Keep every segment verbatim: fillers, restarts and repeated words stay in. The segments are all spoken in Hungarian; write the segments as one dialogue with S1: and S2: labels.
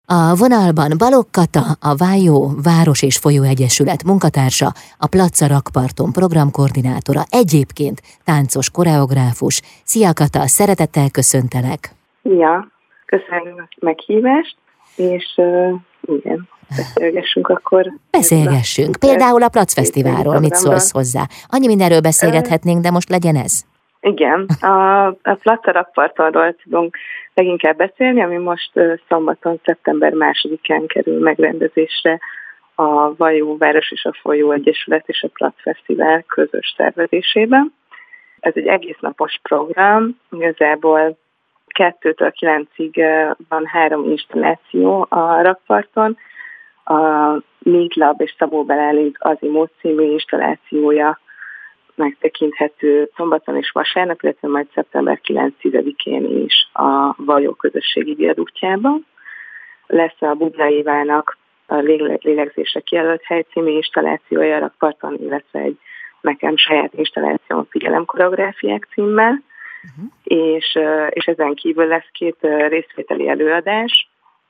S1: A vonalban Balogh Kata, a Vájó Város és Folyó Egyesület munkatársa, a Platza Rakparton programkoordinátora, egyébként táncos koreográfus. Szia Kata, szeretettel köszöntelek!
S2: Ja, köszönöm a meghívást, és uh, igen, beszélgessünk akkor.
S1: Beszélgessünk. Például a Platz Fesztiválról mit szólsz hozzá? Annyi mindenről beszélgethetnénk, de most legyen ez.
S2: Igen, a, a Platza Rakpartonról tudunk leginkább beszélni, ami most uh, szombaton, szeptember másodikán kerül megrendezésre a Vájó Város és a Folyó Egyesület és a Platz Fesztivál közös szervezésében. Ez egy egész napos program, igazából kettőtől kilencig van három installáció a rakparton. A Meat Lab és Szabó Belálik Azimut című installációja megtekinthető szombaton és vasárnap, illetve majd szeptember kilencedikén is a Vájó közösségi viaduktjában. Lesz a Bubna Évának a lélegzésre kijelölt hely című installációja a rakparton, illetve egy nekem saját installációm Figyelem koreográfiák címmel. Uh-huh. és, és ezen kívül lesz két részvételi előadás.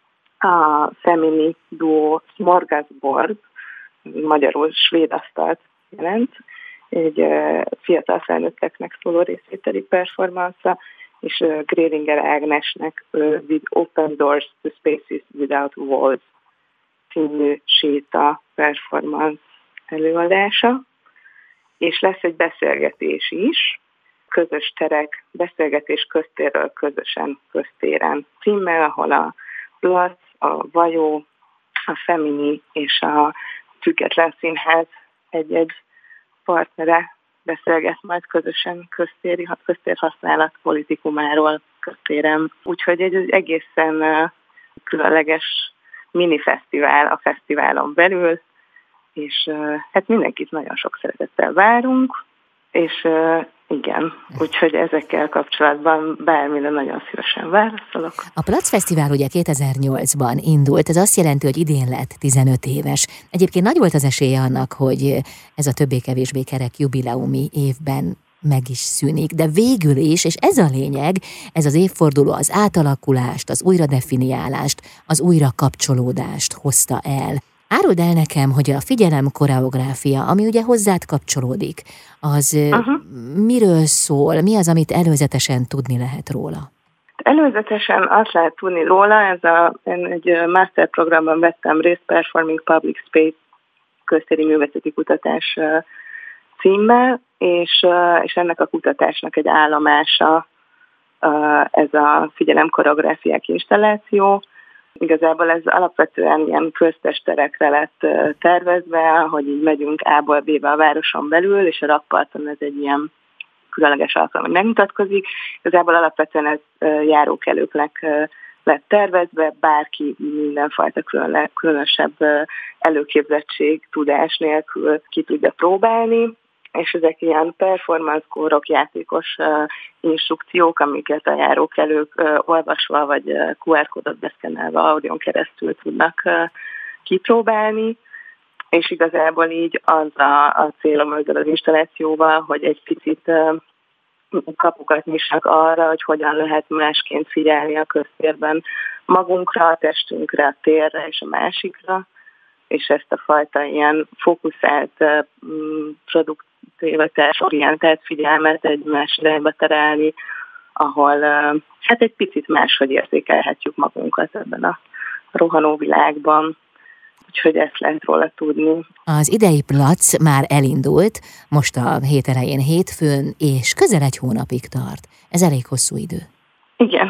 S2: A Femini Duo Smorgasbord, magyarul svéd asztalt jelent, egy fiatal felnőtteknek szóló részvételi performance, és Grélinger Ágnesnek With Open Doors to Spaces Without Walls című séta performance előadása, és lesz egy beszélgetés is, közös terek, beszélgetés köztérről közösen köztéren címmel, ahol a Platz, a Vájó, a Femini és a Független Színház egy-egy partnere beszélget majd közösen köztéri, köztérhasználat politikumáról köztéren. Úgyhogy egy egészen különleges minifesztivál a fesztiválon belül, és hát mindenkit nagyon sok szeretettel várunk, és igen, úgyhogy ezekkel kapcsolatban bármire nagyon szívesen válaszolok.
S1: A Platz Fesztivál ugye kétezer-nyolcban indult, ez azt jelenti, hogy idén lett tizenöt éves. Egyébként nagy volt az esélye annak, hogy ez a többé-kevésbé kerek jubileumi évben meg is szűnik, de végül is, és ez a lényeg, ez az évforduló az átalakulást, az újradefiniálást, az újrakapcsolódást hozta el. Áruld el nekem, hogy a Figyelem koreográfia, ami ugye hozzád kapcsolódik, az uh-huh. miről szól, mi az, amit előzetesen tudni lehet róla?
S2: Előzetesen azt lehet tudni róla, ez a, én egy master programban vettem részt, Performing Public Space köztéri művészeti kutatás címmel, és, és ennek a kutatásnak egy állomása ez a Figyelem koreográfiák installáció. Igazából ez alapvetően ilyen köztesterekre lett tervezve, hogy így megyünk A-ból B-be a városon belül, és a rakparton ez egy ilyen különleges alkalom, hogy megmutatkozik. Igazából alapvetően ez járókelőknek lett tervezve, bárki mindenfajta különösebb előképzettség, tudás nélkül ki tudja próbálni, és ezek ilyen performance kórok, játékos uh, instrukciók, amiket a járókelők uh, olvasva vagy uh, kú er kódot beszkennelve audión keresztül tudnak uh, kipróbálni, és igazából így az a, a célom ezzel az installációval, hogy egy picit uh, kapukat nyissak arra, hogy hogyan lehet másként figyelni a köztérben magunkra, a testünkre, a térre és a másikra, és ezt a fajta ilyen fókuszált uh, produkt vagy társorientált figyelmet egy más irányba terelni, ahol hát egy picit máshogy érzékelhetjük magunkat ebben a rohanó világban. Úgyhogy ezt lehet róla tudni.
S1: Az idei Platz már elindult, most a hét elején hétfőn, és közel egy hónapig tart. Ez elég hosszú idő.
S2: Igen.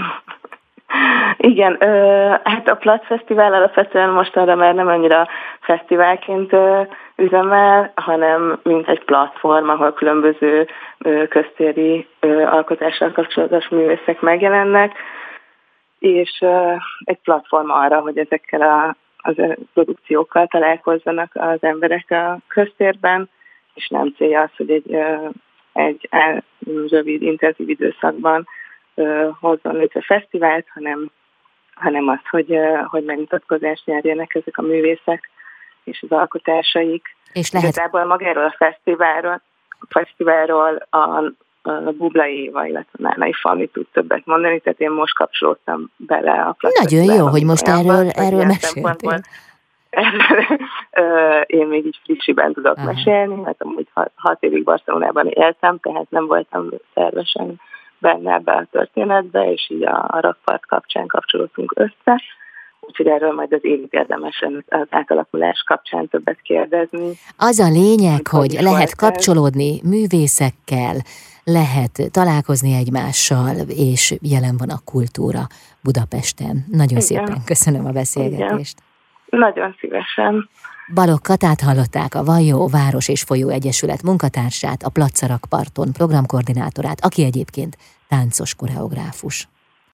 S2: Igen, ö, hát a Platz Fesztivál alapvetően most arra már nem annyira fesztiválként ö, üzemel, hanem mint egy platform, ahol különböző ö, köztéri ö, alkotással kapcsolatos művészek megjelennek, és ö, egy platform arra, hogy ezekkel a, az produkciókkal találkozzanak az emberek a köztérben, és nem célja az, hogy egy, ö, egy á, rövid, intenzív időszakban ö, hozzon létre fesztivált, hanem hanem az, hogy, hogy megmutatkozást nyerjenek ezek a művészek és az alkotásaik.
S1: És lehet...
S2: Igazából magáról a fesztiválról, a fesztiválról a Bubla Éva, illetve Nánai Fanni tud többet mondani, tehát én most kapcsolódtam bele a platformba.
S1: Nagyon jó, hogy most erről, erről meséltél.
S2: Én még így frissiben tudok Aha. mesélni, mert amúgy hat, hat évig Barcelonában éltem, tehát nem voltam szervesen benne ebbe a történetbe, és így a, a rakpart kapcsán kapcsolódtunk össze. Úgyhogy erről majd az év érdemes az átalakulás kapcsán többet kérdezni.
S1: Az a lényeg, hogy lehet kapcsolódni művészekkel, lehet találkozni egymással, és jelen van a kultúra Budapesten. Nagyon Igen. szépen köszönöm a beszélgetést.
S2: Igen. Nagyon szívesen.
S1: Balogh Katát hallották, a Vajó Város és Folyó Egyesület munkatársát, a Platza Rakparton programkoordinátorát, aki egyébként táncos koreográfus.